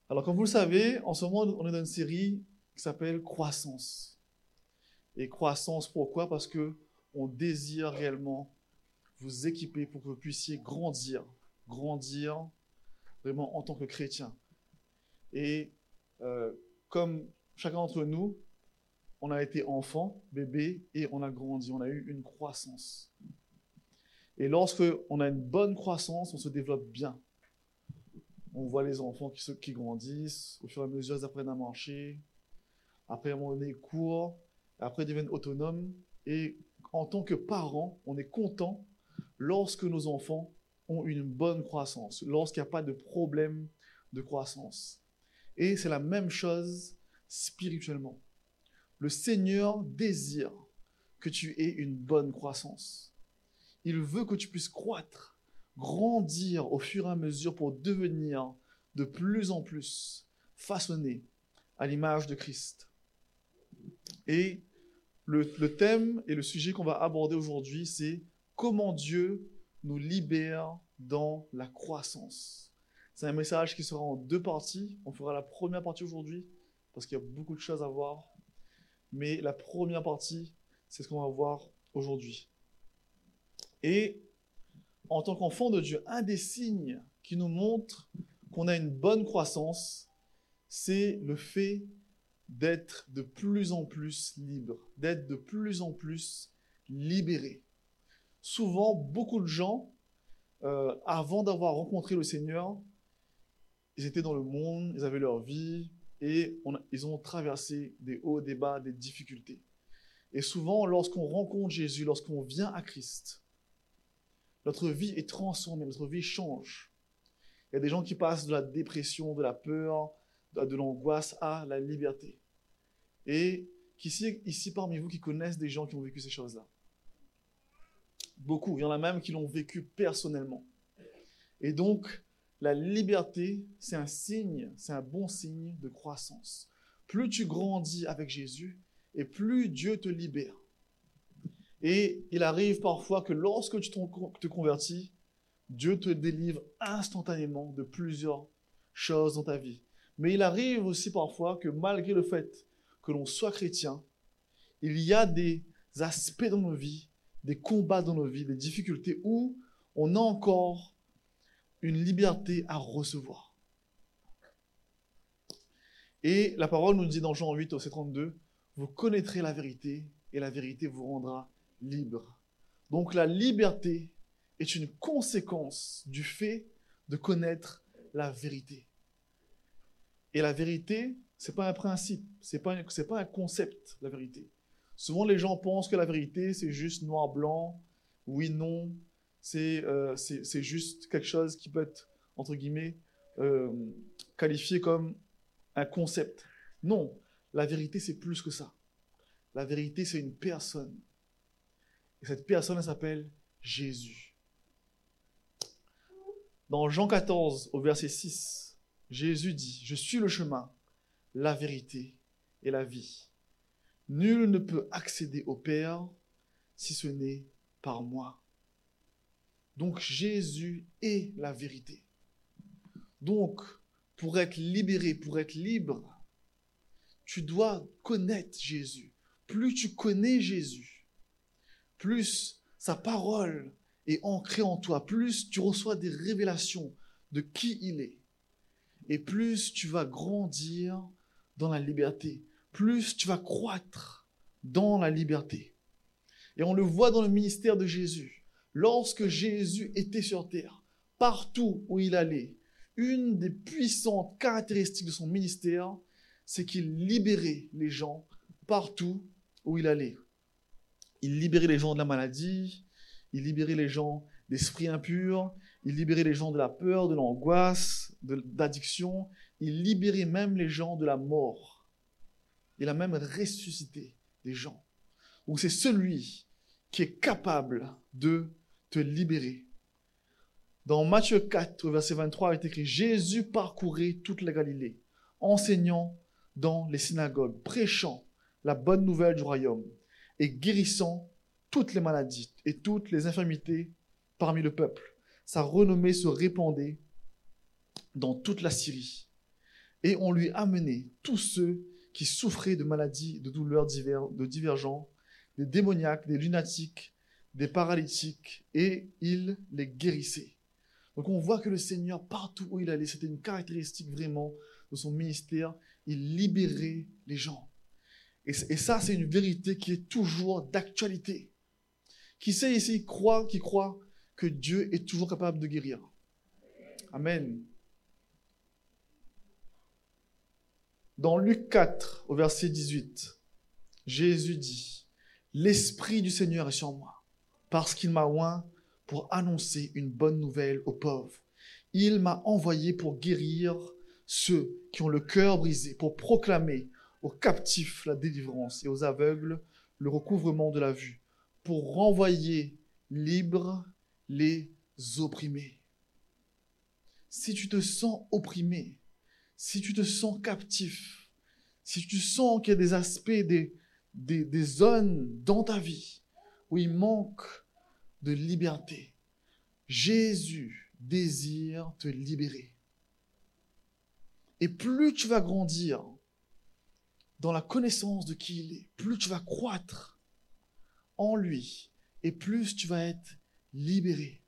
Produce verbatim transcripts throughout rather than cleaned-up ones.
Alors, comme vous le savez, en ce moment, on est dans une série qui s'appelle Croissance. Et croissance, pourquoi? Parce que on désire réellement vous équiper pour que vous puissiez grandir, grandir vraiment en tant que chrétien. Et euh, comme chacun d'entre nous, on a été enfant, bébé, et on a grandi, on a eu une croissance. Et lorsque on a une bonne croissance, on se développe bien. On voit les enfants qui, se, qui grandissent, au fur et à mesure, ils apprennent à marcher. Après, à un moment donné, ils courent. Après, ils deviennent autonomes. Et en tant que parents, on est content lorsque nos enfants ont une bonne croissance, lorsqu'il n'y a pas de problème de croissance. Et c'est la même chose spirituellement. Le Seigneur désire que tu aies une bonne croissance. Il veut que tu puisses croître, grandir au fur et à mesure pour devenir de plus en plus façonné à l'image de Christ. Et le, le thème et le sujet qu'on va aborder aujourd'hui, c'est comment Dieu nous libère dans la croissance. C'est un message qui sera en deux parties. On fera la première partie aujourd'hui parce qu'il y a beaucoup de choses à voir. Mais la première partie, c'est ce qu'on va voir aujourd'hui. Et en tant qu'enfant de Dieu, un des signes qui nous montre qu'on a une bonne croissance, c'est le fait d'être de plus en plus libre, d'être de plus en plus libéré. Souvent, beaucoup de gens, euh, avant d'avoir rencontré le Seigneur, ils étaient dans le monde, ils avaient leur vie, et on, ils ont traversé des hauts, des bas, des difficultés. Et souvent, lorsqu'on rencontre Jésus, lorsqu'on vient à Christ, notre vie est transformée, notre vie change. Il y a des gens qui passent de la dépression, de la peur, de l'angoisse à la liberté. Et qu'ici, ici parmi vous qui connaissent des gens qui ont vécu ces choses-là. Beaucoup, il y en a même qui l'ont vécu personnellement. Et donc, la liberté, c'est un signe, c'est un bon signe de croissance. Plus tu grandis avec Jésus, et plus Dieu te libère. Et il arrive parfois que lorsque tu te convertis, Dieu te délivre instantanément de plusieurs choses dans ta vie. Mais il arrive aussi parfois que malgré le fait que l'on soit chrétien, il y a des aspects dans nos vies, des combats dans nos vies, des difficultés où on a encore une liberté à recevoir. Et la parole nous dit dans Jean huit, au verset trente-deux, « Vous connaîtrez la vérité et la vérité vous rendra libre. » Donc la liberté est une conséquence du fait de connaître la vérité. Et la vérité, ce n'est pas un principe, ce n'est pas, pas un concept, la vérité. Souvent, les gens pensent que la vérité, c'est juste noir-blanc, oui, non, c'est, euh, c'est, c'est juste quelque chose qui peut être, entre guillemets, euh, qualifié comme un concept. Non, la vérité, c'est plus que ça. La vérité, c'est une personne. Et cette personne, elle s'appelle Jésus. Dans Jean quatorze, au verset six, Jésus dit « Je suis le chemin, la vérité et la vie. Nul ne peut accéder au Père si ce n'est par moi. » Donc Jésus est la vérité. Donc, pour être libéré, pour être libre, tu dois connaître Jésus. Plus tu connais Jésus, plus sa parole est ancrée en toi, plus tu reçois des révélations de qui il est, et plus tu vas grandir dans la liberté, plus tu vas croître dans la liberté. Et on le voit dans le ministère de Jésus. Lorsque Jésus était sur terre, partout où il allait, une des puissantes caractéristiques de son ministère, c'est qu'il libérait les gens partout où il allait. Il libérait les gens de la maladie, il libérait les gens d'esprits impurs, il libérait les gens de la peur, de l'angoisse, de l'addiction, il libérait même les gens de la mort. Il a même ressuscité des gens. Donc c'est celui qui est capable de te libérer. Dans Matthieu quatre, verset vingt-trois, il est écrit « Jésus parcourait toute la Galilée, enseignant dans les synagogues, prêchant la bonne nouvelle du royaume et guérissant toutes les maladies et toutes les infirmités parmi le peuple. Sa renommée se répandait dans toute la Syrie. Et on lui amenait tous ceux qui souffraient de maladies, de douleurs divers, de divergents, des démoniaques, des lunatiques, des paralytiques, et il les guérissait. Donc on voit que le Seigneur, partout où il allait, c'était une caractéristique vraiment de son ministère, il libérait les gens. Et, et ça, c'est une vérité qui est toujours d'actualité. Qui sait ici, croit, qui croit que Dieu est toujours capable de guérir. Amen. Dans Luc quatre, au verset dix-huit, Jésus dit, « L'Esprit du Seigneur est sur moi, parce qu'il m'a oint pour annoncer une bonne nouvelle aux pauvres. Il m'a envoyé pour guérir ceux qui ont le cœur brisé, pour proclamer aux captifs la délivrance et aux aveugles le recouvrement de la vue, pour renvoyer libres les opprimés. » Si tu te sens opprimé, si tu te sens captif, si tu sens qu'il y a des aspects, des, des, des zones dans ta vie où il manque de liberté, Jésus désire te libérer. Et plus tu vas grandir dans la connaissance de qui il est, plus tu vas croître en lui et plus tu vas être libéré.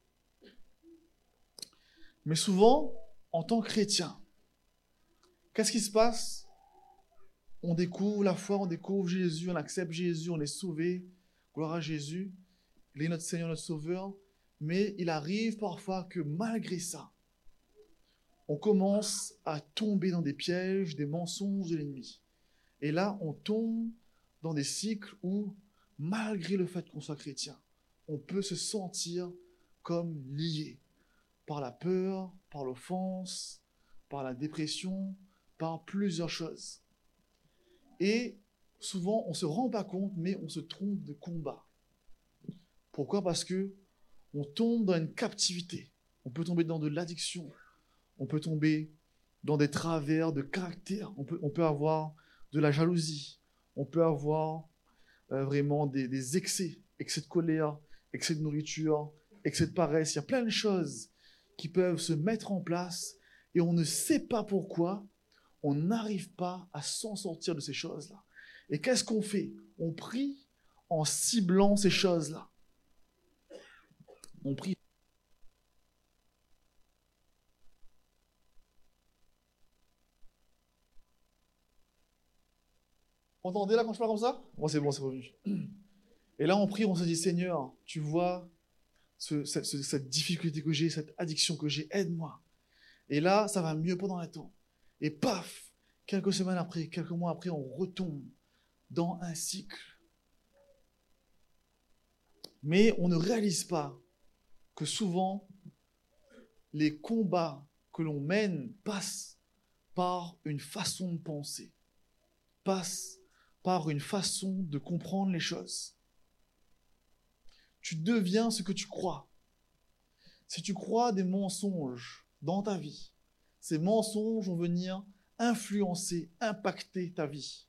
Mais souvent, en tant que chrétien, qu'est-ce qui se passe? On découvre la foi, on découvre Jésus, on accepte Jésus, on est sauvé. Gloire à Jésus. Il est notre Seigneur, notre Sauveur. Mais il arrive parfois que malgré ça, on commence à tomber dans des pièges, des mensonges de l'ennemi. Et là, on tombe dans des cycles où, malgré le fait qu'on soit chrétien, on peut se sentir comme lié par la peur, par l'offense, par la dépression, par plusieurs choses. Et souvent, on ne se rend pas compte, mais on se trompe de combat. Pourquoi? Parce que on tombe dans une captivité. On peut tomber dans de l'addiction. On peut tomber dans des travers de caractère. On peut, on peut avoir de la jalousie. On peut avoir euh, vraiment des, des excès, excès de colère, excès de nourriture, excès de paresse. Il y a plein de choses qui peuvent se mettre en place et on ne sait pas pourquoi on n'arrive pas à s'en sortir de ces choses-là. Et qu'est-ce qu'on fait? On prie en ciblant ces choses-là. On prie. Vous entendez là quand je parle comme ça? Bon, c'est bon, c'est revenu. Et là, on prie, on se dit, Seigneur, tu vois ce, cette, ce, cette difficulté que j'ai, cette addiction que j'ai, aide-moi. Et là, ça va mieux pendant un temps. Et paf, quelques semaines après, quelques mois après, on retombe dans un cycle. Mais on ne réalise pas que souvent, les combats que l'on mène passent par une façon de penser, passent par une façon de comprendre les choses. Tu deviens ce que tu crois. Si tu crois des mensonges dans ta vie, ces mensonges vont venir influencer, impacter ta vie.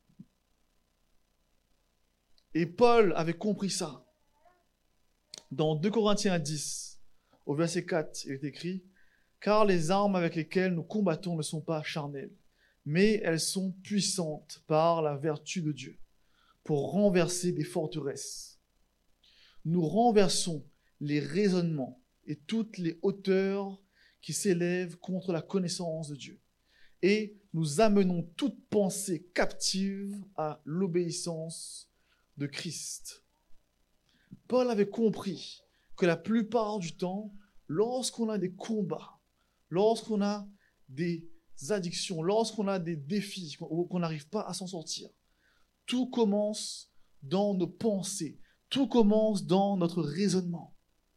Et Paul avait compris ça. Dans deux Corinthiens dix, au verset quatre, il est écrit « Car les armes avec lesquelles nous combattons ne sont pas charnelles, mais elles sont puissantes par la vertu de Dieu, pour renverser des forteresses. Nous renversons les raisonnements et toutes les hauteurs qui s'élèvent contre la connaissance de Dieu, et nous amenons toute pensée captive à l'obéissance de Christ. » Paul avait compris que la plupart du temps, lorsqu'on a des combats, lorsqu'on a des addictions, lorsqu'on a des défis, qu'on n'arrive pas à s'en sortir, tout commence dans nos pensées, tout commence dans notre raisonnement.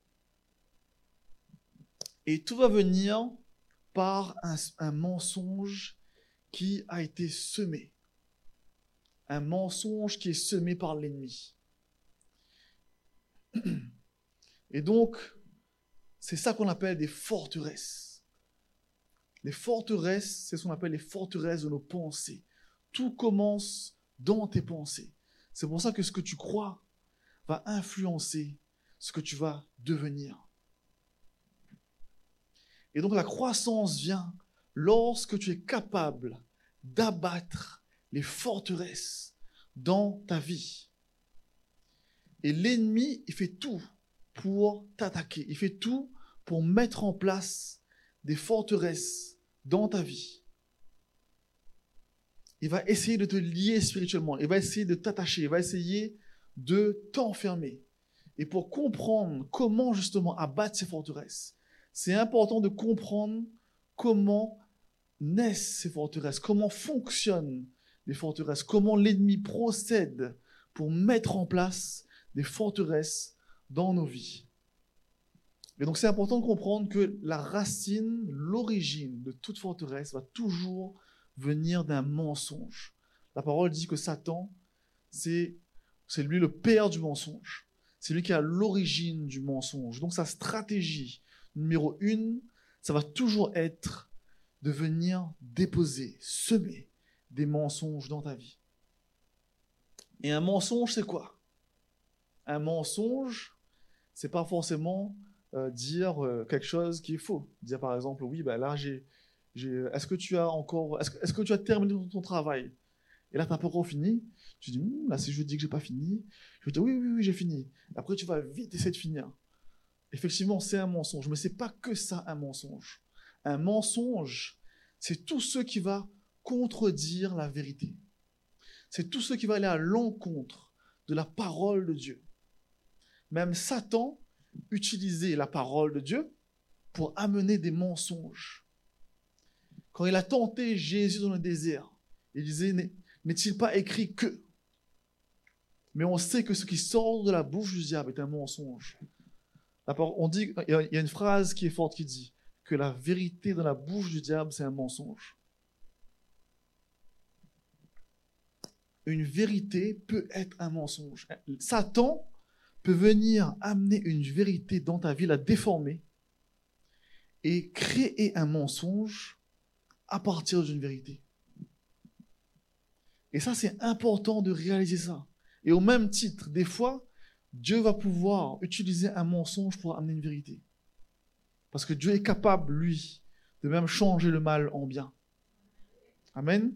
Et tout va venir par un, un mensonge qui a été semé. Un mensonge qui est semé par l'ennemi. Et donc, c'est ça qu'on appelle des forteresses. Les forteresses, c'est ce qu'on appelle les forteresses de nos pensées. Tout commence dans tes pensées. C'est pour ça que ce que tu crois va influencer ce que tu vas devenir. Et donc la croissance vient lorsque tu es capable d'abattre les forteresses dans ta vie. Et l'ennemi, il fait tout pour t'attaquer. Il fait tout pour mettre en place des forteresses dans ta vie. Il va essayer de te lier spirituellement. Il va essayer de t'attacher. Il va essayer de t'enfermer. Et pour comprendre comment justement abattre ces forteresses, c'est important de comprendre comment naissent ces forteresses, comment fonctionnent les forteresses, comment l'ennemi procède pour mettre en place des forteresses dans nos vies. Et donc c'est important de comprendre que la racine, l'origine de toute forteresse va toujours venir d'un mensonge. La parole dit que Satan, c'est, c'est lui le père du mensonge. C'est lui qui a l'origine du mensonge. Donc sa stratégie numéro une, ça va toujours être de venir déposer, semer des mensonges dans ta vie. Et un mensonge, c'est quoi? Un mensonge, c'est pas forcément euh, dire euh, quelque chose qui est faux. Dire par exemple, oui, ben là, j'ai, j'ai, est-ce que tu as encore, est-ce que, est-ce que tu as terminé ton, ton travail? Et là, tu n'as pas encore fini. Tu dis, hm, là, si je dis que j'ai pas fini, je vais te dire, oui, oui, oui, j'ai fini. Après, tu vas vite essayer de finir. Effectivement, c'est un mensonge, mais c'est pas que ça, un mensonge. Un mensonge, c'est tout ce qui va contredire la vérité. C'est tout ce qui va aller à l'encontre de la parole de Dieu. Même Satan utilisait la parole de Dieu pour amener des mensonges. Quand il a tenté Jésus dans le désert, il disait, n'est-il pas écrit que? Mais on sait que ce qui sort de la bouche du diable est un mensonge. On dit, il y a une phrase qui est forte qui dit que la vérité dans la bouche du diable, c'est un mensonge. Une vérité peut être un mensonge. Satan peut venir amener une vérité dans ta vie, la déformer et créer un mensonge à partir d'une vérité. Et ça, c'est important de réaliser ça. Et au même titre, des fois, Dieu va pouvoir utiliser un mensonge pour amener une vérité. Parce que Dieu est capable, lui, de même changer le mal en bien. Amen.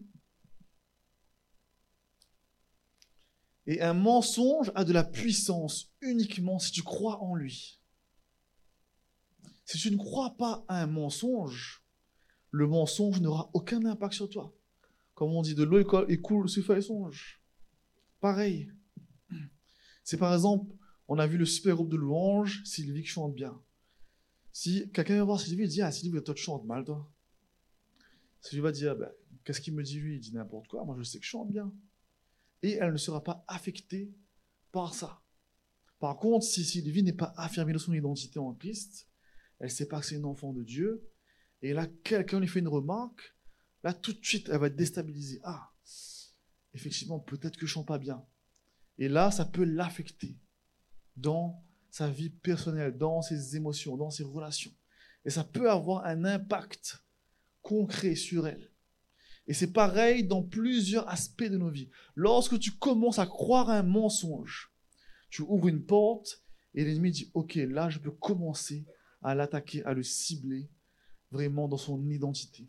Et un mensonge a de la puissance uniquement si tu crois en lui. Si tu ne crois pas à un mensonge, le mensonge n'aura aucun impact sur toi. Comme on dit, de l'eau écoule sur feuille songe. Pareil. C'est par exemple, on a vu le super groupe de louanges, Sylvie qui chante bien. Si quelqu'un va voir Sylvie, il dit, ah Sylvie, toi tu chantes mal, toi. Sylvie va dire, ben, qu'est-ce qu'il me dit lui? Il dit n'importe quoi, moi je sais que je chante bien. Et elle ne sera pas affectée par ça. Par contre, si Sylvie n'est pas affirmée de son identité en Christ, elle ne sait pas que c'est une enfant de Dieu, et là, quelqu'un lui fait une remarque, là, tout de suite, elle va être déstabilisée. Ah, effectivement, peut-être que je ne chante pas bien. Et là, ça peut l'affecter dans sa vie personnelle, dans ses émotions, dans ses relations. Et ça peut avoir un impact concret sur elle. Et c'est pareil dans plusieurs aspects de nos vies. Lorsque tu commences à croire à un mensonge, tu ouvres une porte et l'ennemi dit, ok, là, je peux commencer à l'attaquer, à le cibler vraiment dans son identité.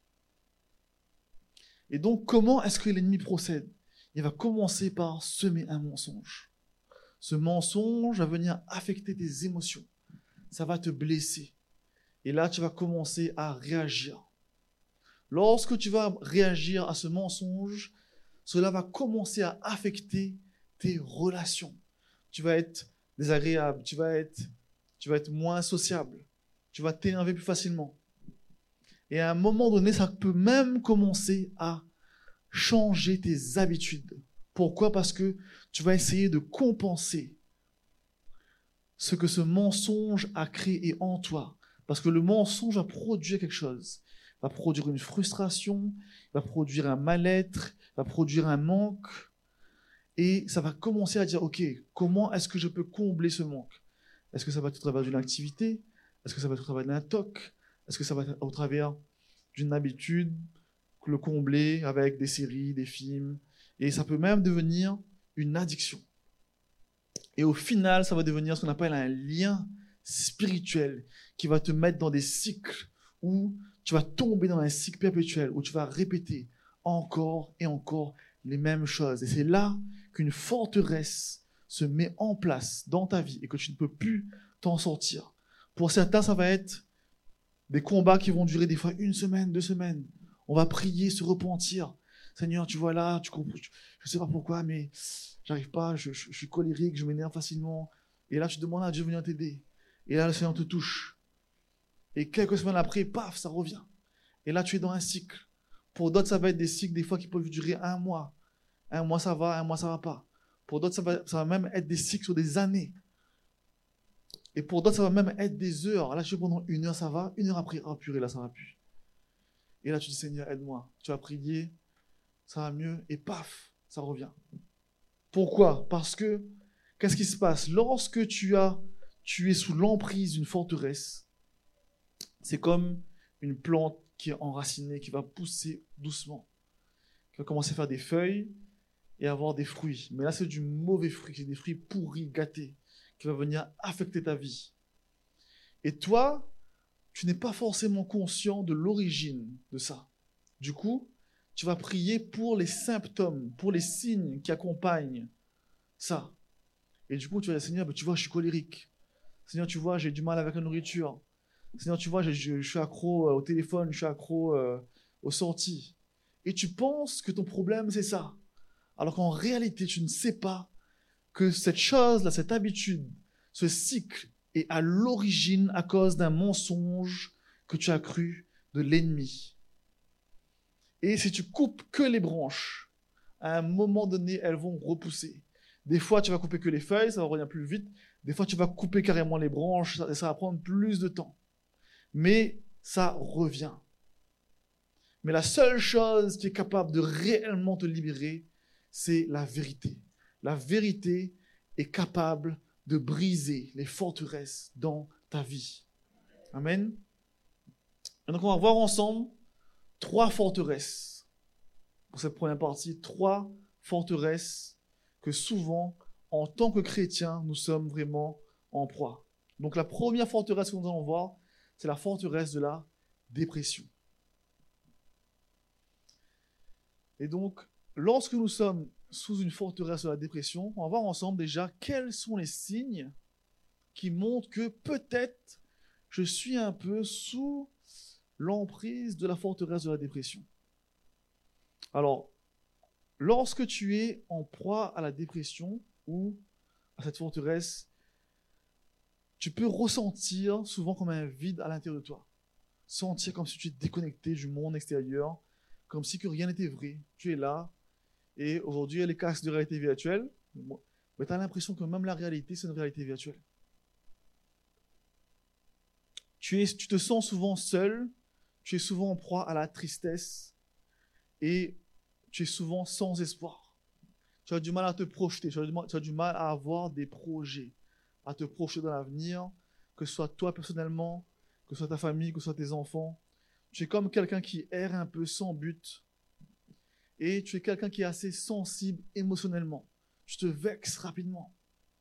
Et donc, comment est-ce que l'ennemi procède? Il va commencer par semer un mensonge. Ce mensonge va venir affecter tes émotions. Ça va te blesser. Et là, tu vas commencer à réagir. Lorsque tu vas réagir à ce mensonge, cela va commencer à affecter tes relations. Tu vas être désagréable, tu vas être, tu vas être moins sociable, tu vas t'énerver plus facilement. Et à un moment donné, ça peut même commencer à changer tes habitudes. Pourquoi? Parce que tu vas essayer de compenser ce que ce mensonge a créé en toi. Parce que le mensonge va produire quelque chose. Va produire une frustration, va produire un mal-être, va produire un manque. Et ça va commencer à dire, ok, comment est-ce que je peux combler ce manque? Est-ce que ça va être au travers d'une activité? Est-ce que ça va être au travers d'un toc? Est-ce que ça va être au travers d'une habitude? Le combler avec des séries, des films. Et ça peut même devenir une addiction. Et au final, ça va devenir ce qu'on appelle un lien spirituel qui va te mettre dans des cycles où tu vas tomber dans un cycle perpétuel où tu vas répéter encore et encore les mêmes choses. Et c'est là qu'une forteresse se met en place dans ta vie et que tu ne peux plus t'en sortir. Pour certains, ça va être des combats qui vont durer des fois une semaine, deux semaines. On va prier, se repentir. Seigneur, tu vois là, tu comprends, je ne sais pas pourquoi, mais j'arrive pas, je, je, je suis colérique, je m'énerve facilement. Et là, tu demandes à Dieu de venir t'aider. Et là, le Seigneur te touche. Et quelques semaines après, paf, ça revient. Et là, tu es dans un cycle. Pour d'autres, ça va être des cycles, des fois, qui peuvent durer un mois. Un mois, ça va, un mois, ça va pas. Pour d'autres, ça va, ça va même être des cycles sur des années. Et pour d'autres, ça va même être des heures. Là, je sais, pendant une heure, ça va. Une heure après, oh purée, là, ça va plus. Et là, tu dis, Seigneur, aide-moi. Tu vas prier, ça va mieux. Et paf, ça revient. Pourquoi? Parce que, qu'est-ce qui se passe? Lorsque tu, as, tu es sous l'emprise d'une forteresse, c'est comme une plante qui est enracinée, qui va pousser doucement, qui va commencer à faire des feuilles et avoir des fruits. Mais là, c'est du mauvais fruit, c'est des fruits pourris, gâtés, qui va venir affecter ta vie. Et toi, tu n'es pas forcément conscient de l'origine de ça. Du coup, tu vas prier pour les symptômes, pour les signes qui accompagnent ça. Et du coup, tu vas dire, Seigneur, tu vois, je suis colérique. Seigneur, tu vois, j'ai du mal avec la nourriture. Seigneur, tu vois, je, je, je suis accro au téléphone, je suis accro euh, aux sorties. Et tu penses que ton problème, c'est ça. Alors qu'en réalité, tu ne sais pas que cette chose-là, cette habitude, ce cycle est à l'origine à cause d'un mensonge que tu as cru de l'ennemi. Et si tu coupes que les branches, à un moment donné, elles vont repousser. Des fois, tu vas couper que les feuilles, ça va revenir plus vite. Des fois, tu vas couper carrément les branches, ça, ça va prendre plus de temps. Mais ça revient. Mais la seule chose qui est capable de réellement te libérer, c'est la vérité. La vérité est capable de briser les forteresses dans ta vie. Amen. Et donc, on va voir ensemble trois forteresses. Pour cette première partie, trois forteresses que souvent, en tant que chrétiens, nous sommes vraiment en proie. Donc, la première forteresse que nous allons voir, c'est la forteresse de la dépression. Et donc, lorsque nous sommes sous une forteresse de la dépression, on va voir ensemble déjà quels sont les signes qui montrent que peut-être je suis un peu sous l'emprise de la forteresse de la dépression. Alors, lorsque tu es en proie à la dépression ou à cette forteresse, tu peux ressentir souvent comme un vide à l'intérieur de toi. Sentir comme si tu étais déconnecté du monde extérieur, comme si que rien n'était vrai. Tu es là, et aujourd'hui, il y a les casques de réalité virtuelle, mais tu as l'impression que même la réalité, c'est une réalité virtuelle. Tu, es, tu te sens souvent seul, tu es souvent en proie à la tristesse, et tu es souvent sans espoir. Tu as du mal à te projeter, tu as du mal, tu as du mal à avoir des projets, à te projeter dans l'avenir, que ce soit toi personnellement, que ce soit ta famille, que ce soit tes enfants. Tu es comme quelqu'un qui erre un peu sans but, et tu es quelqu'un qui est assez sensible émotionnellement. Tu te vexes rapidement.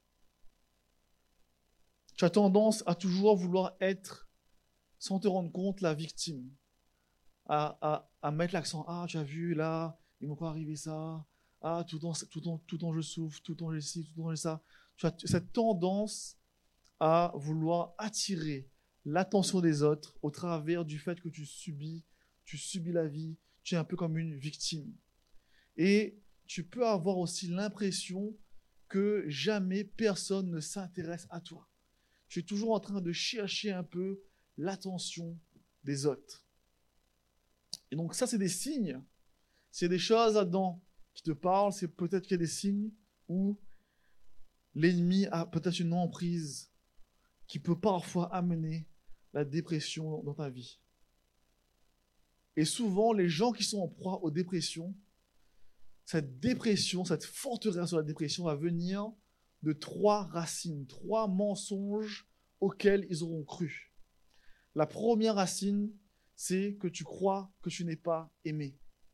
Tu as tendance à toujours vouloir être, sans te rendre compte, la victime. À, à, à mettre l'accent, ah, tu as vu, là, il m'est encore arrivé ça. Ah, tout le temps, tout le temps, tout le temps je souffre, tout le temps je ci, tout le temps je ça. Tu as cette tendance à vouloir attirer l'attention des autres au travers du fait que tu subis, tu subis la vie, tu es un peu comme une victime. Et tu peux avoir aussi l'impression que jamais personne ne s'intéresse à toi. Tu es toujours en train de chercher un peu l'attention des autres. Et donc ça, c'est des signes. C'est des choses là-dedans qui te parlent. C'est peut-être qu'il y a des signes où l'ennemi a peut-être une emprise qui peut parfois amener la dépression dans ta vie. Et souvent, les gens qui sont en proie aux dépressions, cette dépression, cette forteresse de la dépression va venir de trois racines, trois mensonges auxquels ils auront cru. La première racine, c'est que tu crois que tu n'es pas aimé.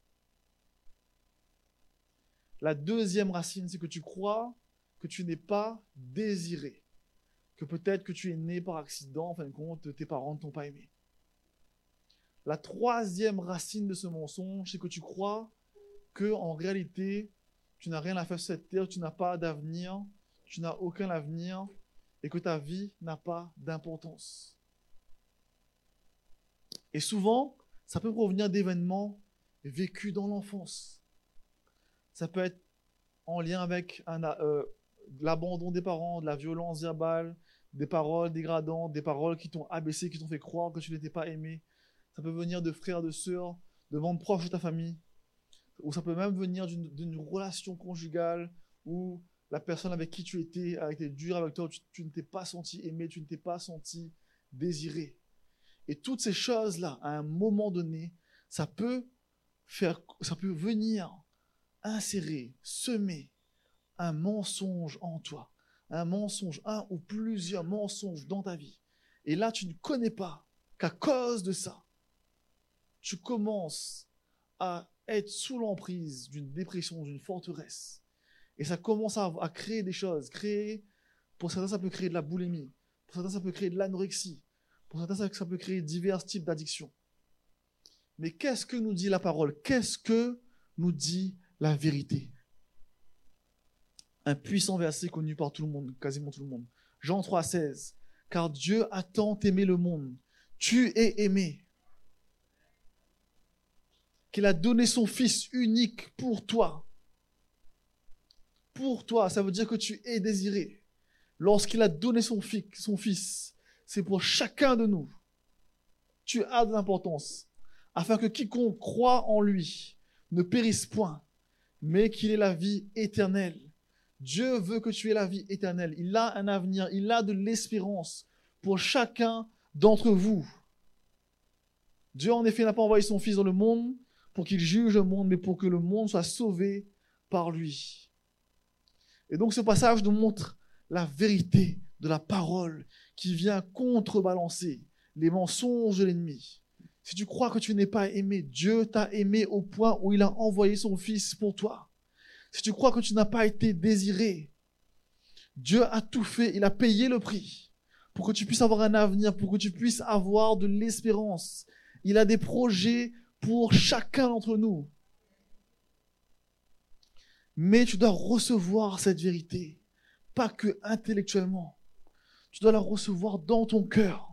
La deuxième racine, c'est que tu crois que tu n'es pas désiré. Que peut-être que tu es né par accident, en fin de compte, tes parents ne t'ont pas aimé. La troisième racine de ce mensonge, c'est que tu crois que en réalité, tu n'as rien à faire sur cette terre, tu n'as pas d'avenir, tu n'as aucun avenir et que ta vie n'a pas d'importance. Et souvent, ça peut provenir d'événements vécus dans l'enfance. Ça peut être en lien avec un, euh, l'abandon des parents, de la violence verbale, des paroles dégradantes, des paroles qui t'ont abaissé, qui t'ont fait croire que tu n'étais pas aimé. Ça peut venir de frères, de sœurs, de membres proches de ta famille. Ou ça peut même venir d'une, d'une relation conjugale où la personne avec qui tu étais a été dure avec toi, tu, tu ne t'es pas senti aimé, tu ne t'es pas senti désiré. Et toutes ces choses-là, à un moment donné, ça peut faire, ça peut venir insérer, semer un mensonge en toi. Un mensonge, un ou plusieurs mensonges dans ta vie. Et là, tu ne connais pas qu'à cause de ça, tu commences à être sous l'emprise d'une dépression, d'une forteresse. Et ça commence à, à créer des choses. Créer, pour certains, ça peut créer de la boulimie. Pour certains, ça peut créer de l'anorexie. Pour certains, ça, ça peut créer divers types d'addictions. Mais qu'est-ce que nous dit la parole? Qu'est-ce que nous dit la vérité? Un puissant verset connu par tout le monde, quasiment tout le monde. Jean trois, seize. Car Dieu a tant aimé le monde. Tu es aimé. Qu'il a donné son Fils unique pour toi. Pour toi, ça veut dire que tu es désiré. Lorsqu'il a donné son fils, son fils, c'est pour chacun de nous. Tu as de l'importance, afin que quiconque croit en lui ne périsse point, mais qu'il ait la vie éternelle. Dieu veut que tu aies la vie éternelle. Il a un avenir, il a de l'espérance pour chacun d'entre vous. Dieu, en effet, n'a pas envoyé son Fils dans le monde pour qu'il juge le monde, mais pour que le monde soit sauvé par lui. Et donc, ce passage nous montre la vérité de la parole qui vient contrebalancer les mensonges de l'ennemi. Si tu crois que tu n'es pas aimé, Dieu t'a aimé au point où il a envoyé son Fils pour toi. Si tu crois que tu n'as pas été désiré, Dieu a tout fait, il a payé le prix pour que tu puisses avoir un avenir, pour que tu puisses avoir de l'espérance. Il a des projets pour chacun d'entre nous. Mais tu dois recevoir cette vérité, pas que intellectuellement. Tu dois la recevoir dans ton cœur.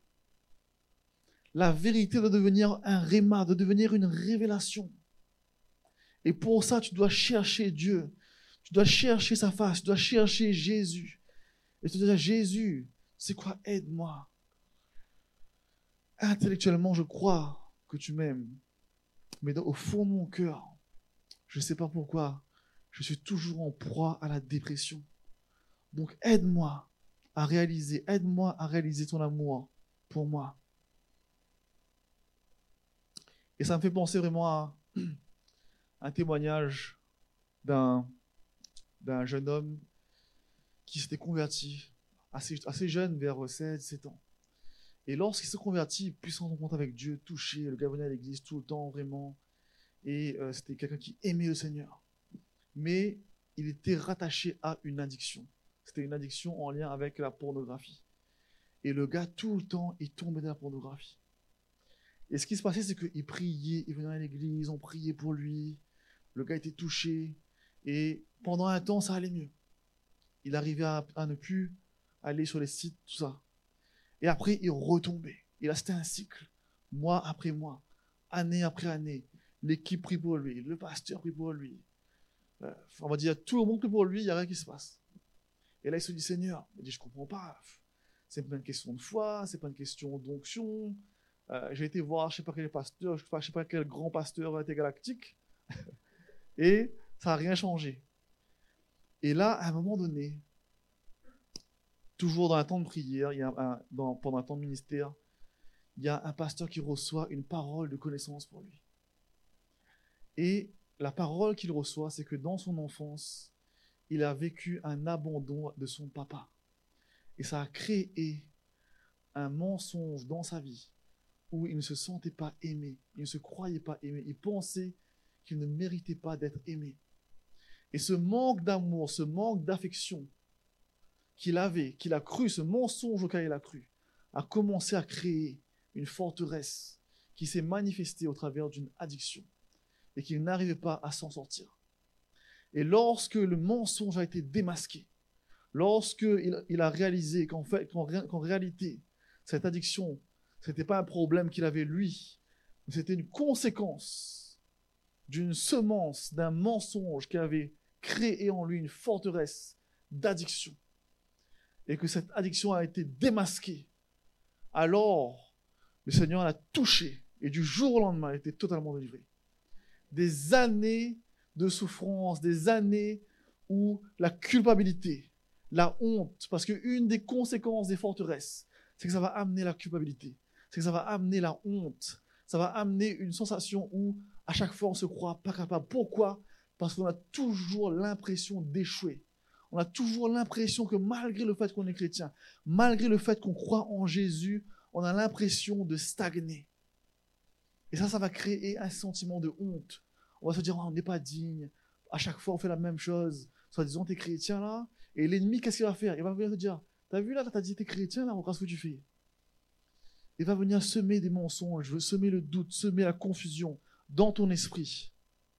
La vérité doit devenir un réma, doit devenir une révélation. Et pour ça, tu dois chercher Dieu. Tu dois chercher sa face. Tu dois chercher Jésus. Et tu dois dire, Jésus, c'est quoi? Aide-moi. Intellectuellement, je crois que tu m'aimes. Mais au fond de mon cœur, je ne sais pas pourquoi, je suis toujours en proie à la dépression. Donc aide-moi à réaliser, aide-moi à réaliser ton amour pour moi. Et ça me fait penser vraiment à un témoignage d'un, d'un jeune homme qui s'était converti assez, assez jeune, vers seize sept ans. Et lorsqu'il s'est converti, puissant en compte avec Dieu, touché, le gars venait à l'église tout le temps, vraiment. Et euh, c'était quelqu'un qui aimait le Seigneur. Mais il était rattaché à une addiction. C'était une addiction en lien avec la pornographie. Et le gars, tout le temps, il tombait dans la pornographie. Et ce qui se passait, c'est qu'il priait, il venait à l'église, on priait pour lui. Le gars était touché. Et pendant un temps, ça allait mieux. Il arrivait à, à ne plus aller sur les sites, tout ça. Et après, il retombait. Et là, c'était un cycle. Mois après mois, année après année. L'équipe prie pour lui, le pasteur prie pour lui. Euh, on va dire, tout le monde prie pour lui, il n'y a rien qui se passe. Et là, il se dit, Seigneur, il dit, je ne comprends pas. C'est pas une question de foi, c'est pas une question d'onction. Euh, j'ai été voir, je ne sais pas quel pasteur, je ne sais pas quel grand pasteur intergalactique. Et ça n'a rien changé. Et là, à un moment donné, toujours dans un temps de prière, il y a un, dans, pendant un temps de ministère, il y a un pasteur qui reçoit une parole de connaissance pour lui. Et la parole qu'il reçoit, c'est que dans son enfance, il a vécu un abandon de son papa. Et ça a créé un mensonge dans sa vie où il ne se sentait pas aimé, il ne se croyait pas aimé, il pensait qu'il ne méritait pas d'être aimé. Et ce manque d'amour, ce manque d'affection qu'il avait, qu'il a cru, ce mensonge auquel il a cru, a commencé à créer une forteresse qui s'est manifesté au travers d'une addiction et qu'il n'arrivait pas à s'en sortir. Et lorsque le mensonge a été démasqué, lorsqu'il il a réalisé qu'en fait, qu'en, ré, qu'en réalité, cette addiction, ce n'était pas un problème qu'il avait lui, mais c'était une conséquence d'une semence, d'un mensonge qui avait créé en lui une forteresse d'addiction, et que cette addiction a été démasquée, alors le Seigneur l'a touché, et du jour au lendemain, il était totalement délivré. Des années de souffrance, des années où la culpabilité, la honte, parce qu'une des conséquences des forteresses, c'est que ça va amener la culpabilité, c'est que ça va amener la honte, ça va amener une sensation où à chaque fois on se croit pas capable. Pourquoi ? Parce qu'on a toujours l'impression d'échouer. On a toujours l'impression que malgré le fait qu'on est chrétien, malgré le fait qu'on croit en Jésus, on a l'impression de stagner. Et ça, ça va créer un sentiment de honte. On va se dire, oh, on n'est pas digne. À chaque fois, on fait la même chose. Soit disant, t'es chrétien là. Et l'ennemi, qu'est-ce qu'il va faire ? Il va venir te dire, t'as vu là, t'as dit, t'es chrétien là, regarde ce que tu fais. Il va venir semer des mensonges, semer le doute, semer la confusion dans ton esprit.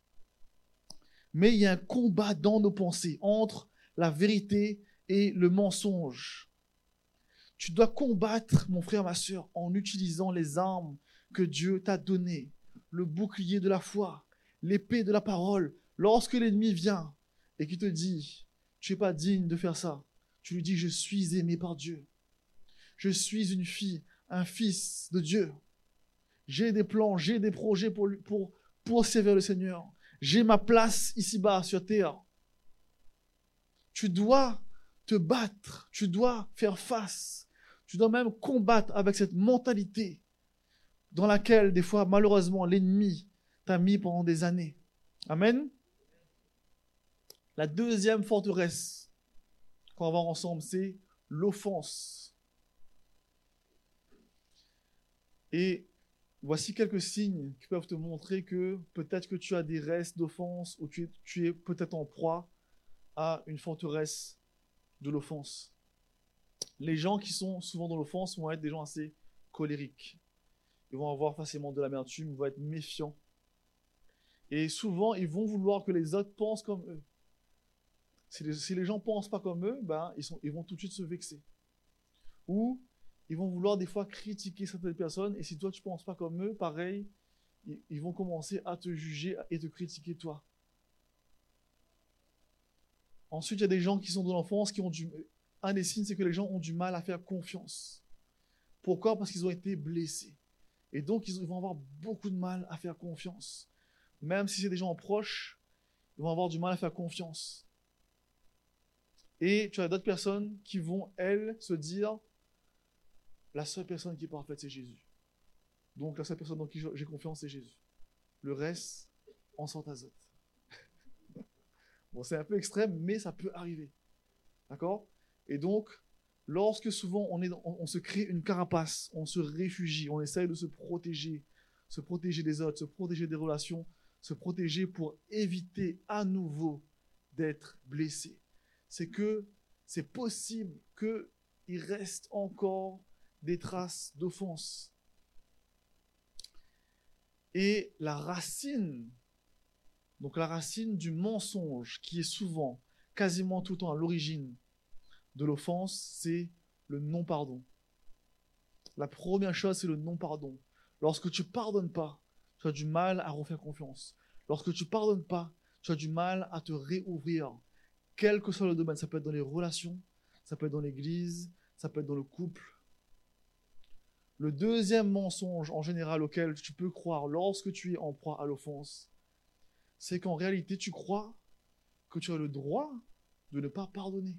Mais il y a un combat dans nos pensées entre la vérité et le mensonge. Tu dois combattre, mon frère, ma sœur, en utilisant les armes que Dieu t'a données, le bouclier de la foi, l'épée de la parole. Lorsque l'ennemi vient et qu'il te dit, tu n'es pas digne de faire ça, tu lui dis, je suis aimé par Dieu. Je suis une fille, un fils de Dieu. J'ai des plans, j'ai des projets pour, pour, pour servir le Seigneur. J'ai ma place ici-bas sur terre. Tu dois te battre, tu dois faire face, tu dois même combattre avec cette mentalité dans laquelle, des fois, malheureusement, l'ennemi t'a mis pendant des années. Amen. La deuxième forteresse qu'on va voir ensemble, c'est l'offense. Et voici quelques signes qui peuvent te montrer que peut-être que tu as des restes d'offense ou tu es, tu es peut-être en proie à une forteresse de l'offense. Les gens qui sont souvent dans l'offense vont être des gens assez colériques. Ils vont avoir facilement de l'amertume, ils vont être méfiants. Et souvent, ils vont vouloir que les autres pensent comme eux. Si les, si les gens ne pensent pas comme eux, ben, ils, sont, ils vont tout de suite se vexer. Ou ils vont vouloir des fois critiquer certaines personnes, et si toi tu ne penses pas comme eux, pareil, ils, ils vont commencer à te juger et te critiquer toi. Ensuite, il y a des gens qui sont dans l'enfance qui ont du... Un des signes, c'est que les gens ont du mal à faire confiance. Pourquoi ? Parce qu'ils ont été blessés. Et donc, ils vont avoir beaucoup de mal à faire confiance. Même si c'est des gens proches, ils vont avoir du mal à faire confiance. Et tu as d'autres personnes qui vont, elles, se dire, la seule personne qui est parfaite, c'est Jésus. Donc, la seule personne dans qui j'ai confiance, c'est Jésus. Le reste, on s'en tazote. Bon, c'est un peu extrême, mais ça peut arriver. D'accord ? Et donc, lorsque souvent on, est dans, on, on se crée une carapace, on se réfugie, on essaye de se protéger, se protéger des autres, se protéger des relations, se protéger pour éviter à nouveau d'être blessé. C'est que c'est possible qu'il reste encore des traces d'offense. Et la racine, donc la racine du mensonge, qui est souvent, quasiment tout le temps à l'origine de l'offense, c'est le non-pardon. La première chose, c'est le non-pardon. Lorsque tu ne pardonnes pas, tu as du mal à refaire confiance. Lorsque tu ne pardonnes pas, tu as du mal à te réouvrir. Quel que soit le domaine, ça peut être dans les relations, ça peut être dans l'église, ça peut être dans le couple. Le deuxième mensonge en général auquel tu peux croire lorsque tu es en proie à l'offense, c'est qu'en réalité, tu crois que tu as le droit de ne pas pardonner.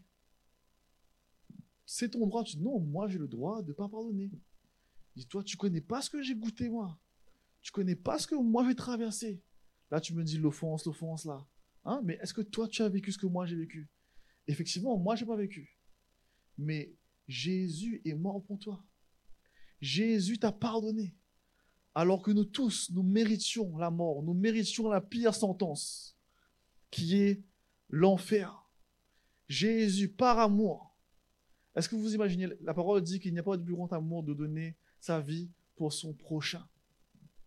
C'est ton droit. Tu dis non, moi j'ai le droit de ne pas pardonner. Dis-toi, tu ne connais pas ce que j'ai goûté moi. Tu ne connais pas ce que moi j'ai traversé. Là, tu me dis l'offense, l'offense là. Hein? Mais est-ce que toi, tu as vécu ce que moi j'ai vécu? Effectivement, moi, je n'ai pas vécu. Mais Jésus est mort pour toi. Jésus t'a pardonné. Alors que nous tous, nous méritions la mort, nous méritions la pire sentence, qui est l'enfer. Jésus, par amour, est-ce que vous imaginez, la parole dit qu'il n'y a pas de plus grand amour de donner sa vie pour son prochain.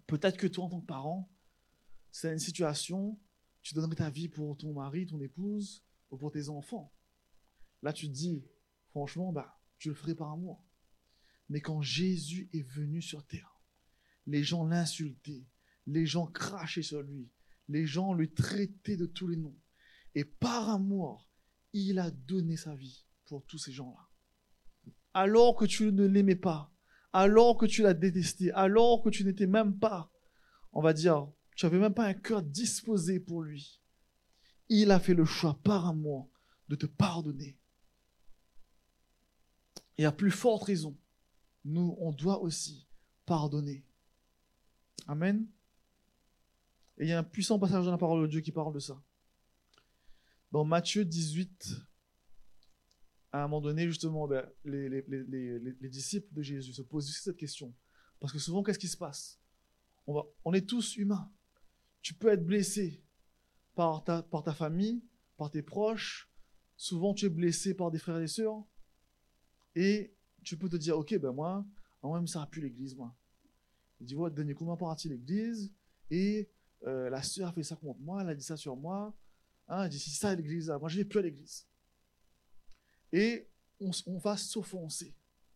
Peut-être que toi, en tant que parent, c'est une situation, tu donnerais ta vie pour ton mari, ton épouse, ou pour tes enfants. Là, tu te dis, franchement, bah, je le ferai par amour. Mais quand Jésus est venu sur terre, les gens l'insultaient, les gens crachaient sur lui, les gens le traitaient de tous les noms. Et par amour, il a donné sa vie pour tous ces gens-là. Alors que tu ne l'aimais pas, alors que tu l'as détesté, alors que tu n'étais même pas, on va dire, tu n'avais même pas un cœur disposé pour lui. Il a fait le choix par amour de te pardonner. Et à plus forte raison, nous, on doit aussi pardonner. Amen. Et il y a un puissant passage dans la parole de Dieu qui parle de ça. Dans Matthieu dix-huit, à un moment donné, justement, ben, les, les, les, les, les disciples de Jésus se posent aussi cette question. Parce que souvent, qu'est-ce qui se passe ? on, va, on est tous humains. Tu peux être blessé par ta, par ta famille, par tes proches. Souvent, tu es blessé par des frères et des sœurs. Et tu peux te dire, ok, ben moi, moi, ça ne sert plus l'église, moi. Il dit, ouais, dernier coup, m'a parti l'église, et euh, la sœur a fait ça contre moi, elle a dit ça sur moi. Hein, elle dit, c'est ça l'église, moi, je ne vais plus à l'église. Et on, on va s'offenser.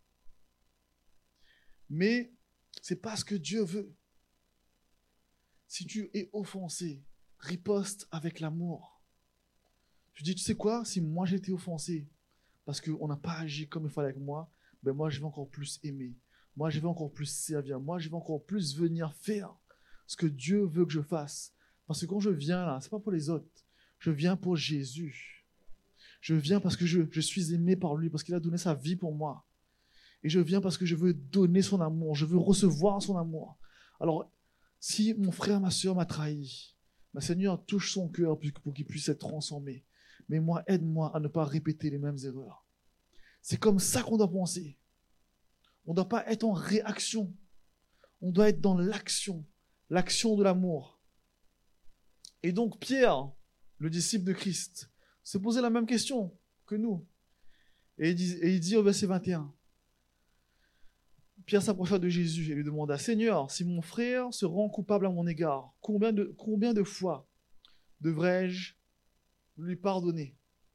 Mais ce n'est pas ce que Dieu veut. Si tu es offensé, riposte avec l'amour. Tu dis, tu sais quoi, si moi j'ai été offensé, parce qu'on n'a pas agi comme il fallait avec moi, ben moi je vais encore plus aimer. Moi je vais encore plus servir. Moi je vais encore plus venir faire ce que Dieu veut que je fasse. Parce que quand je viens là, ce n'est pas pour les autres. Je viens pour Jésus. Je viens parce que je, je suis aimé par lui, parce qu'il a donné sa vie pour moi. Et je viens parce que je veux donner son amour, je veux recevoir son amour. Alors, si mon frère, ma soeur m'a trahi, ma Seigneur touche son cœur pour qu'il puisse être transformé. Mais moi, aide-moi à ne pas répéter les mêmes erreurs. C'est comme ça qu'on doit penser. On ne doit pas être en réaction. On doit être dans l'action, l'action de l'amour. Et donc Pierre, le disciple de Christ, se posait la même question que nous. Et il dit, et il dit au verset vingt et un, Pierre s'approcha de Jésus et lui demanda, « Seigneur, si mon frère se rend coupable à mon égard, combien de, combien de fois devrais-je lui pardonner?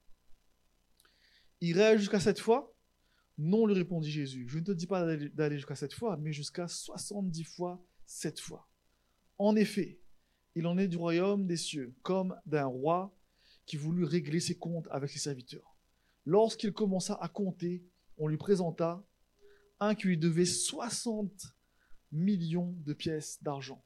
Irai-je jusqu'à sept fois? Non, lui répondit Jésus. Je ne te dis pas d'aller, d'aller jusqu'à sept fois, mais jusqu'à soixante-dix fois sept fois. En effet, il en est du royaume des cieux, comme d'un roi qui voulut régler ses comptes avec ses serviteurs. Lorsqu'il commença à compter, on lui présenta un qui lui devait soixante millions de pièces d'argent.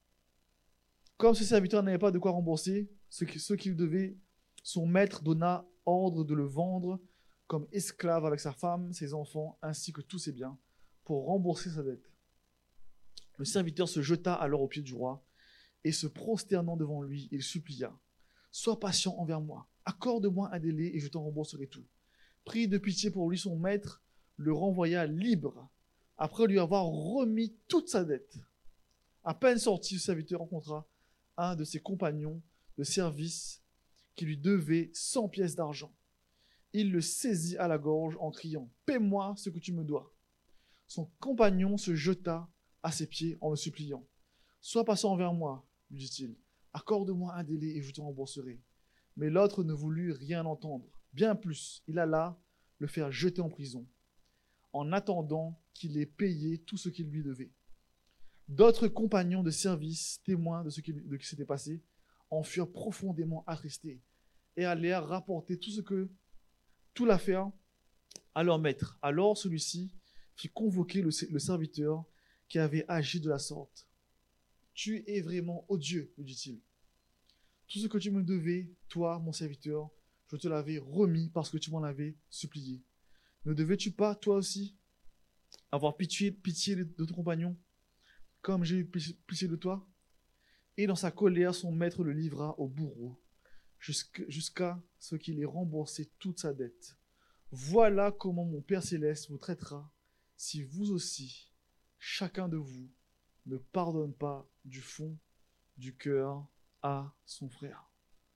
Comme ce serviteur n'avait pas de quoi rembourser ce qu'il devait, son maître donna ordre de le vendre comme esclave avec sa femme, ses enfants, ainsi que tous ses biens, pour rembourser sa dette. Le serviteur se jeta alors aux pieds du roi, et se prosternant devant lui, il supplia, « Sois patient envers moi, accorde-moi un délai et je t'en rembourserai tout. » Pris de pitié pour lui, son maître le renvoya libre, après lui avoir remis toute sa dette. À peine sorti, le serviteur rencontra un de ses compagnons de service qui lui devait cent pièces d'argent. Il le saisit à la gorge en criant « Paie-moi ce que tu me dois !» Son compagnon se jeta à ses pieds en le suppliant. « Sois patient envers moi, lui dit-il. Accorde-moi un délai et je te rembourserai. » Mais l'autre ne voulut rien entendre. Bien plus, il alla le faire jeter en prison, en attendant qu'il ait payé tout ce qu'il lui devait. D'autres compagnons de service, témoins de ce qui, de ce qui s'était passé, en furent profondément attristés et allèrent rapporter tout ce que tout l'affaire à leur maître. Alors celui-ci fit convoquer le, le serviteur qui avait agi de la sorte. « Tu es vraiment odieux, lui dit-il. Tout ce que tu me devais, toi, mon serviteur, je te l'avais remis parce que tu m'en avais supplié. Ne devais-tu pas, toi aussi, avoir pitié, pitié de ton compagnon, comme j'ai eu pitié de toi ?» Et dans sa colère, son maître le livra au bourreau, jusqu'à ce qu'il ait remboursé toute sa dette. Voilà comment mon Père céleste vous traitera si vous aussi, chacun de vous, ne pardonne pas du fond du cœur à son frère.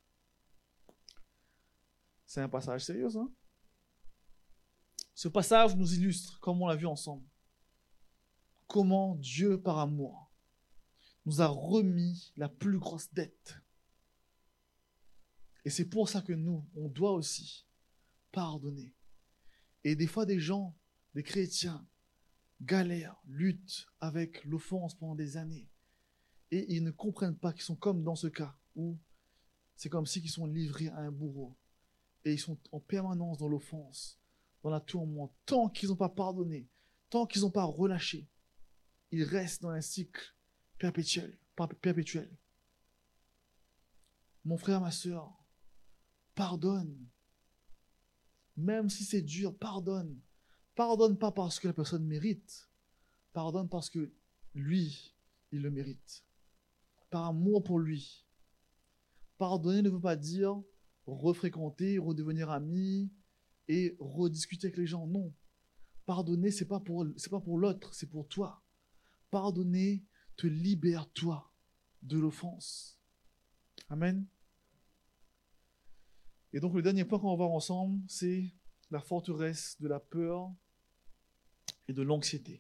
C'est un passage sérieux, hein? Ce passage nous illustre, comme on l'a vu ensemble, comment Dieu, par amour, nous a remis la plus grosse dette. Et c'est pour ça que nous, on doit aussi pardonner. Et des fois, des gens, des chrétiens, galèrent, luttent avec l'offense pendant des années. Et ils ne comprennent pas qu'ils sont comme dans ce cas, où c'est comme si ils sont livrés à un bourreau. Et ils sont en permanence dans l'offense, dans la tourmente. Tant qu'ils n'ont pas pardonné, tant qu'ils n'ont pas relâché, ils restent dans un cycle perpétuel. perpétuel. Mon frère, ma soeur, pardonne. Même si c'est dur, pardonne. Pardonne pas parce que la personne mérite. Pardonne parce que lui, il le mérite. Par amour pour lui. Pardonner ne veut pas dire refréquenter, redevenir ami et rediscuter avec les gens. Non. Pardonner, c'est pas pour, c'est pas pour l'autre, c'est pour toi. Pardonner te libère toi de l'offense. Amen. Et donc le dernier point qu'on va voir ensemble, c'est la forteresse de la peur et de l'anxiété.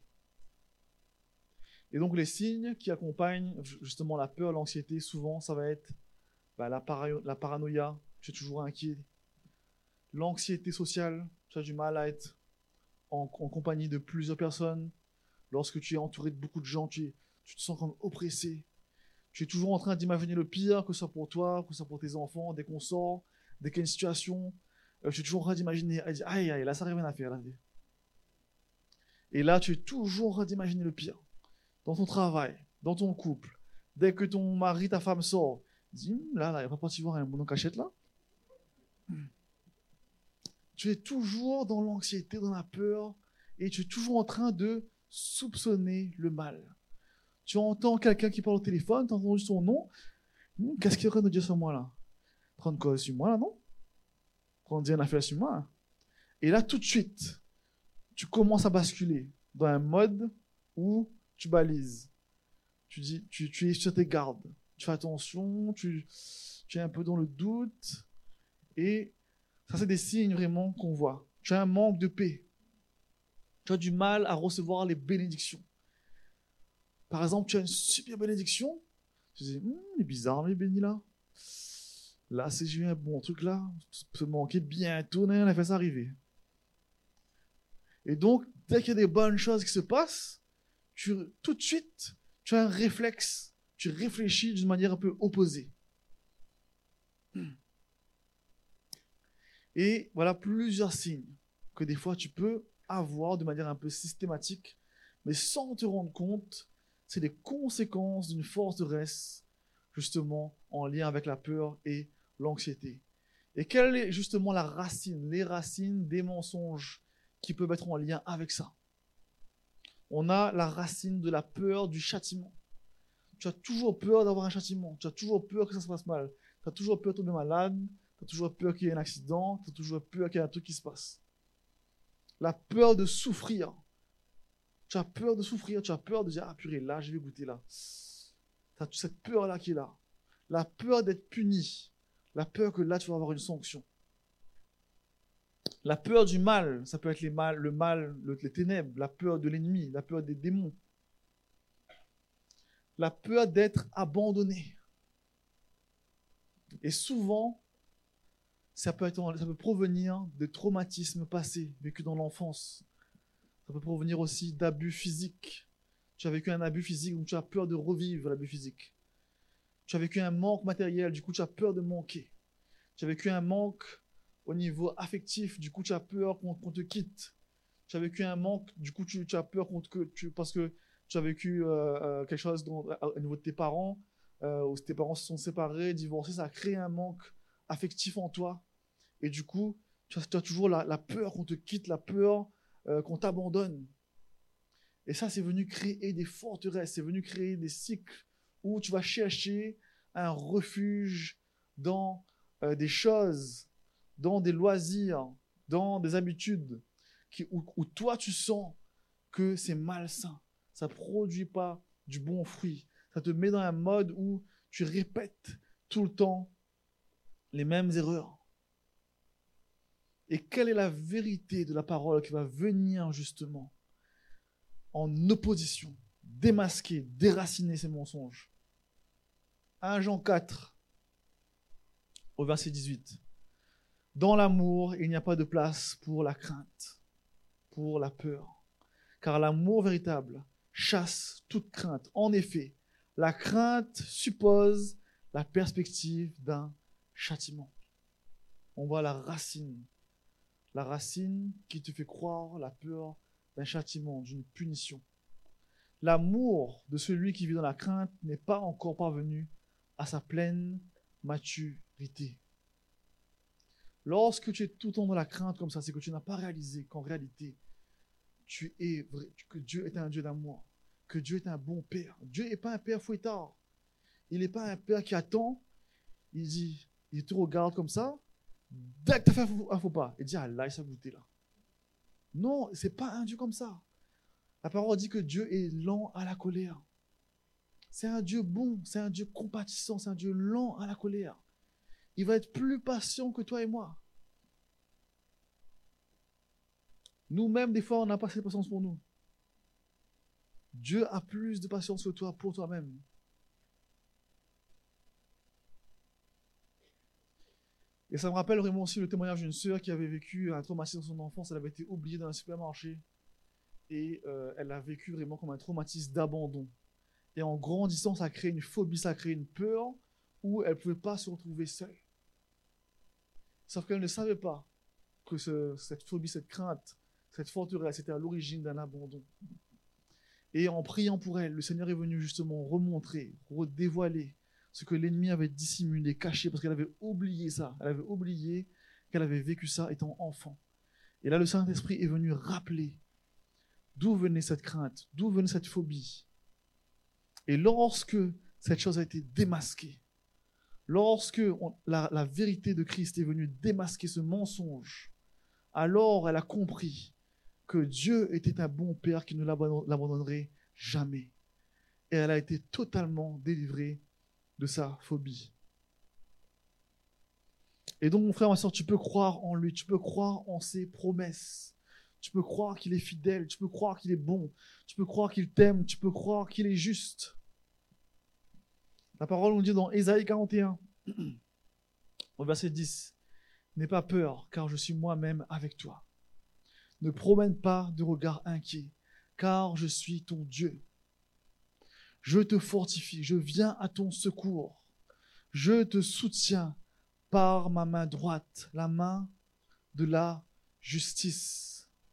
Et donc les signes qui accompagnent justement la peur, l'anxiété, souvent ça va être bah, la, para- la paranoïa, tu es toujours inquiet. L'anxiété sociale, tu as du mal à être en, en compagnie de plusieurs personnes. Lorsque tu es entouré de beaucoup de gens, tu, es, tu te sens comme oppressé. Tu es toujours en train d'imaginer le pire, que ce soit pour toi, que ce soit pour tes enfants, dès qu'on sort, dès qu'il y a une situation. Euh, tu es toujours en train d'imaginer, aïe, aïe, là ça n'arrive rien à faire. Là. Et là, tu es toujours en train d'imaginer le pire. Dans ton travail, dans ton couple, dès que ton mari, ta femme sort, dis, hm, là, là, il n'y a pas parti voir un bon en cachette là. Tu es toujours dans l'anxiété, dans la peur, et tu es toujours en train de soupçonner le mal. Tu entends quelqu'un qui parle au téléphone, tu entends juste son nom, hm, qu'est-ce qu'il est en train de dire sur moi là? Prendre quoi sur moi là, non? Prendre dire une affaire sur moi. Et là, tout de suite, tu commences à basculer dans un mode où tu balises. Tu, dis, tu, tu es sur tes gardes. Tu fais attention, tu, tu es un peu dans le doute. Et ça, c'est des signes vraiment qu'on voit. Tu as un manque de paix. Tu as du mal à recevoir les bénédictions. Par exemple, tu as une super bénédiction. Tu te dis, hm, il est bizarre, mais béni là. Là, si j'ai eu un bon truc là, ça peut manquer bientôt, on a fait ça arriver. Et donc, dès qu'il y a des bonnes choses qui se passent, tu, tout de suite, tu as un réflexe, tu réfléchis d'une manière un peu opposée. Et voilà plusieurs signes que des fois tu peux avoir de manière un peu systématique, mais sans te rendre compte, c'est des conséquences d'une forteresse, justement, en lien avec la peur et l'anxiété. Et quelle est justement la racine, les racines des mensonges qui peuvent être en lien avec ça? On a la racine de la peur du châtiment. Tu as toujours peur d'avoir un châtiment. Tu as toujours peur que ça se passe mal. Tu as toujours peur de tomber malade. Tu as toujours peur qu'il y ait un accident. Tu as toujours peur qu'il y ait un truc qui se passe. La peur de souffrir. Tu as peur de souffrir. Tu as peur de dire, ah purée, là, je vais goûter là. Tu as cette peur-là qui est là. La peur d'être puni. La peur que là, tu vas avoir une sanction. La peur du mal, ça peut être les mal, le mal, le, les ténèbres, la peur de l'ennemi, la peur des démons. La peur d'être abandonné. Et souvent, ça peut, être, ça peut provenir de traumatismes passés, vécus dans l'enfance. Ça peut provenir aussi d'abus physiques. Tu as vécu un abus physique, donc tu as peur de revivre l'abus physique. Tu as vécu un manque matériel, du coup tu as peur de manquer. Tu as vécu un manque au niveau affectif, du coup tu as peur qu'on, qu'on te quitte. Tu as vécu un manque, du coup tu, tu as peur qu'on te, tu, parce que tu as vécu euh, euh, quelque chose dans, au niveau de tes parents, euh, où tes parents se sont séparés, divorcés, ça a créé un manque affectif en toi. Et du coup, tu as, tu as toujours la, la peur qu'on te quitte, la peur euh, qu'on t'abandonne. Et ça, c'est venu créer des forteresses, c'est venu créer des cycles où tu vas chercher un refuge dans euh, des choses, dans des loisirs, dans des habitudes, qui, où, où toi, tu sens que c'est malsain. Ça ne produit pas du bon fruit. Ça te met dans un mode où tu répètes tout le temps les mêmes erreurs. Et quelle est la vérité de la parole qui va venir justement en opposition, démasquer, déraciner ces mensonges? premier Jean quatre, au verset dix-huit. Dans l'amour, il n'y a pas de place pour la crainte, pour la peur, car l'amour véritable chasse toute crainte. En effet, la crainte suppose la perspective d'un châtiment. On voit la racine, la racine qui te fait croire la peur d'un châtiment, d'une punition. L'amour de celui qui vit dans la crainte n'est pas encore parvenu à sa pleine maturité. Lorsque tu es tout le temps dans la crainte comme ça, c'est que tu n'as pas réalisé qu'en réalité, tu es vrai, que Dieu est un Dieu d'amour, que Dieu est un bon Père. Dieu n'est pas un Père fouettard. Il n'est pas un Père qui attend. Il dit, il te regarde comme ça. Dès que tu as fait un faux pas, il dit, ah là, il s'est goûté là. Non, ce n'est pas un Dieu comme ça. La parole dit que Dieu est lent à la colère. C'est un Dieu bon, c'est un Dieu compatissant, c'est un Dieu lent à la colère. Il va être plus patient que toi et moi. Nous-mêmes, des fois, on n'a pas cette patience pour nous. Dieu a plus de patience que toi pour toi-même. Et ça me rappelle vraiment aussi le témoignage d'une sœur qui avait vécu un traumatisme dans son enfance. Elle avait été oubliée dans un supermarché. Et euh, elle a vécu vraiment comme un traumatisme d'abandon. Et en grandissant, ça a créé une phobie, ça a créé une peur où elle ne pouvait pas se retrouver seule. Sauf qu'elle ne savait pas que ce, cette phobie, cette crainte, cette forteresse était à l'origine d'un abandon. Et en priant pour elle, le Seigneur est venu justement remontrer, redévoiler ce que l'ennemi avait dissimulé, caché, parce qu'elle avait oublié ça. Elle avait oublié qu'elle avait vécu ça étant enfant. Et là, le Saint-Esprit est venu rappeler d'où venait cette crainte, d'où venait cette phobie. Et lorsque cette chose a été démasquée, lorsque on, la, la vérité de Christ est venue démasquer ce mensonge, alors elle a compris que Dieu était un bon Père qui ne l'abandonnerait jamais. Et elle a été totalement délivrée de sa phobie. Et donc, mon frère, ma soeur, tu peux croire en lui, tu peux croire en ses promesses. Tu peux croire qu'il est fidèle, tu peux croire qu'il est bon, tu peux croire qu'il t'aime, tu peux croire qu'il est juste. La parole nous dit dans Ésaïe quarante et un, au verset dix, « N'aie pas peur, car je suis moi-même avec toi. Ne promène pas de regard inquiet, car je suis ton Dieu. Je te fortifie, je viens à ton secours. Je te soutiens par ma main droite, la main de la justice. »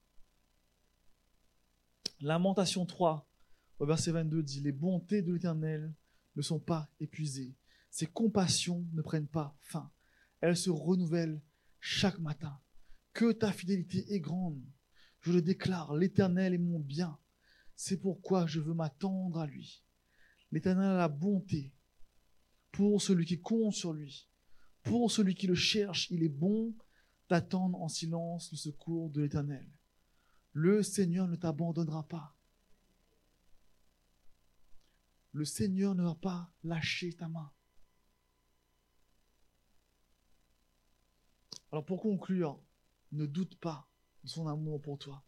Lamentation trois, au verset vingt-deux, dit « Les bontés de l'Éternel ne sont pas épuisées. Ses compassions ne prennent pas fin. Elles se renouvellent chaque matin. Que ta fidélité est grande. Je le déclare, l'Éternel est mon bien. C'est pourquoi je veux m'attendre à lui. L'Éternel a la bonté pour celui qui compte sur lui. Pour celui qui le cherche, il est bon d'attendre en silence le secours de l'Éternel. Le Seigneur ne t'abandonnera pas. Le Seigneur ne va pas lâcher ta main. Alors pour conclure, ne doute pas de son amour pour toi.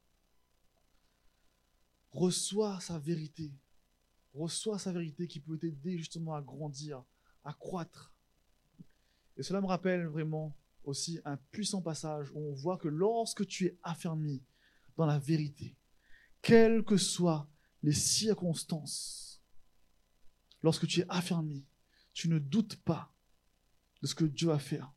Reçois sa vérité. Reçois sa vérité qui peut t'aider justement à grandir, à croître. Et cela me rappelle vraiment aussi un puissant passage où on voit que lorsque tu es affermi dans la vérité, quelles que soient les circonstances, lorsque tu es affermi, tu ne doutes pas de ce que Dieu va faire.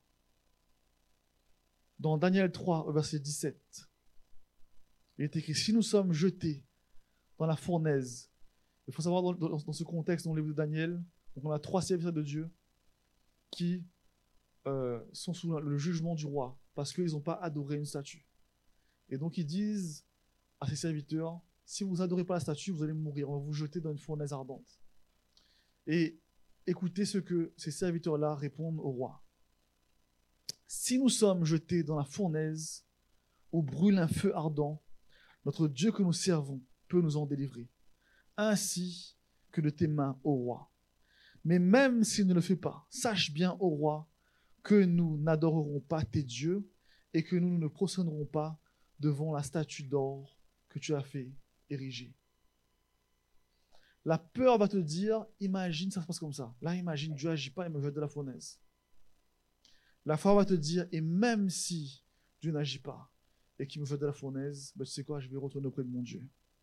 Dans Daniel trois, au verset dix-sept, il est écrit « Si nous sommes jetés dans la fournaise », il faut savoir dans, dans, dans ce contexte, dans le livre de Daniel, donc on a trois serviteurs de Dieu qui euh, sont sous le jugement du roi parce qu'ils n'ont pas adoré une statue. Et donc ils disent à ces serviteurs, si vous n'adorez pas la statue, vous allez mourir, on va vous jeter dans une fournaise ardente. Et écoutez ce que ces serviteurs-là répondent au roi. Si nous sommes jetés dans la fournaise où brûle un feu ardent, notre Dieu que nous servons peut nous en délivrer, ainsi que de tes mains, ô roi. Mais même s'il ne le fait pas, sache bien, ô roi, que nous n'adorerons pas tes dieux et que nous ne prosternerons pas devant la statue d'or que tu as fait ériger. La peur va te dire, imagine, ça se passe comme ça. Là, imagine, Dieu n'agit pas, il me jette de la fournaise. La foi va te dire, et même si Dieu n'agit pas et qu'il me jette de la fournaise, ben, tu sais quoi, je vais retourner auprès de mon Dieu.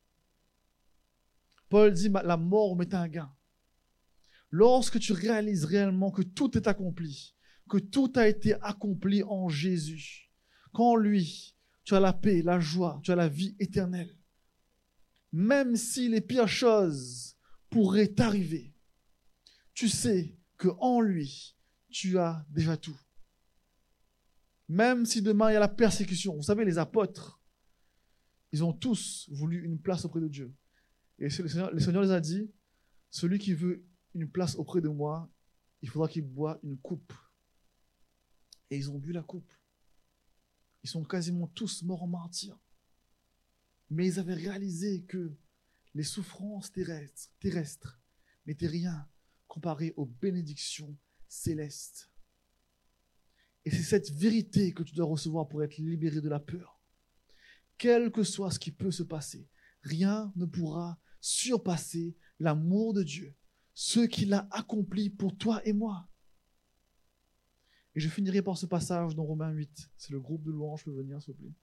Paul dit, la mort m'est un gain. Lorsque tu réalises réellement que tout est accompli, que tout a été accompli en Jésus, qu'en lui, tu as la paix, la joie, tu as la vie éternelle, même si les pires choses pourraient t'arriver, tu sais qu'en lui, tu as déjà tout. Même si demain il y a la persécution, vous savez, les apôtres, ils ont tous voulu une place auprès de Dieu. Et le Seigneur, le Seigneur les a dit, celui qui veut une place auprès de moi, il faudra qu'il boive une coupe. Et ils ont bu la coupe. Ils sont quasiment tous morts en martyrs. Mais ils avaient réalisé que les souffrances terrestres, terrestres n'étaient rien comparé aux bénédictions célestes. Et c'est cette vérité que tu dois recevoir pour être libéré de la peur. Quel que soit ce qui peut se passer, rien ne pourra surpasser l'amour de Dieu, ce qu'il a accompli pour toi et moi. Et je finirai par ce passage dans Romains huit. C'est le groupe de louanges, peut venir, s'il vous plaît.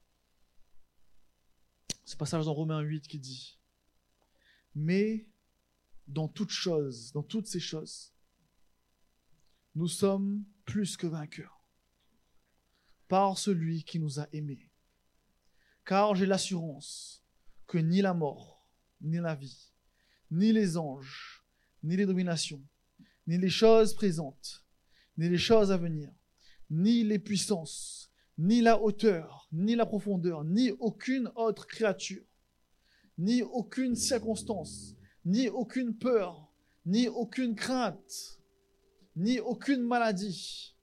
Ce passage dans Romains huit qui dit « Mais dans toutes choses, dans toutes ces choses, nous sommes plus que vainqueurs par celui qui nous a aimés. Car j'ai l'assurance que ni la mort, ni la vie, ni les anges, ni les dominations, ni les choses présentes, ni les choses à venir, ni les puissances, ni la hauteur, ni la profondeur, ni aucune autre créature, ni aucune circonstance, ni aucune peur, ni aucune crainte, ni aucune maladie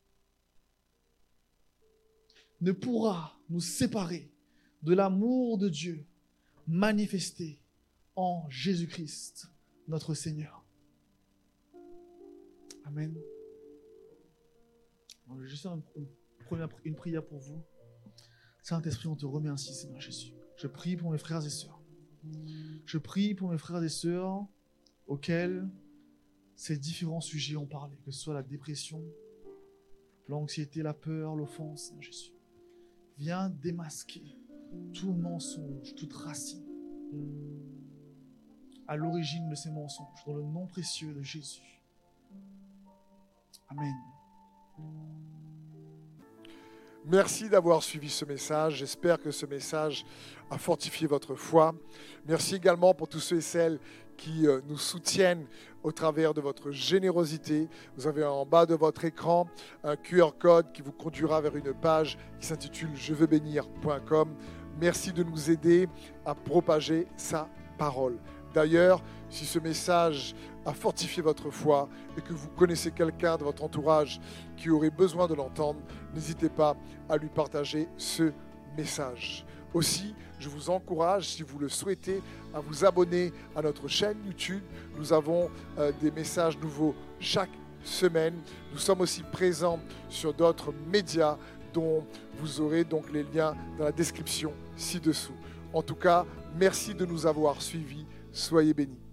ne pourra nous séparer de l'amour de Dieu manifesté en Jésus-Christ, notre Seigneur. Amen. Je vais juste faire une, une, première, une prière pour vous. Saint-Esprit, on te remercie, Seigneur Jésus. Je prie pour mes frères et sœurs. Je prie pour mes frères et sœurs auxquels ces différents sujets ont parlé, que ce soit la dépression, l'anxiété, la peur, l'offense, Seigneur Jésus. Viens démasquer tout mensonge, toute racine à l'origine de ces mensonges, dans le nom précieux de Jésus. Amen. Merci d'avoir suivi ce message. J'espère que ce message a fortifié votre foi. Merci également pour tous ceux et celles qui nous soutiennent au travers de votre générosité. Vous avez en bas de votre écran un Q R code qui vous conduira vers une page qui s'intitule je veux bénir point com. Merci de nous aider à propager sa parole. D'ailleurs, si ce message a fortifié votre foi et que vous connaissez quelqu'un de votre entourage qui aurait besoin de l'entendre, n'hésitez pas à lui partager ce message. Aussi, je vous encourage, si vous le souhaitez, à vous abonner à notre chaîne YouTube. Nous avons euh, des messages nouveaux chaque semaine. Nous sommes aussi présents sur d'autres médias dont vous aurez donc les liens dans la description ci-dessous. En tout cas, merci de nous avoir suivis. Soyez bénis.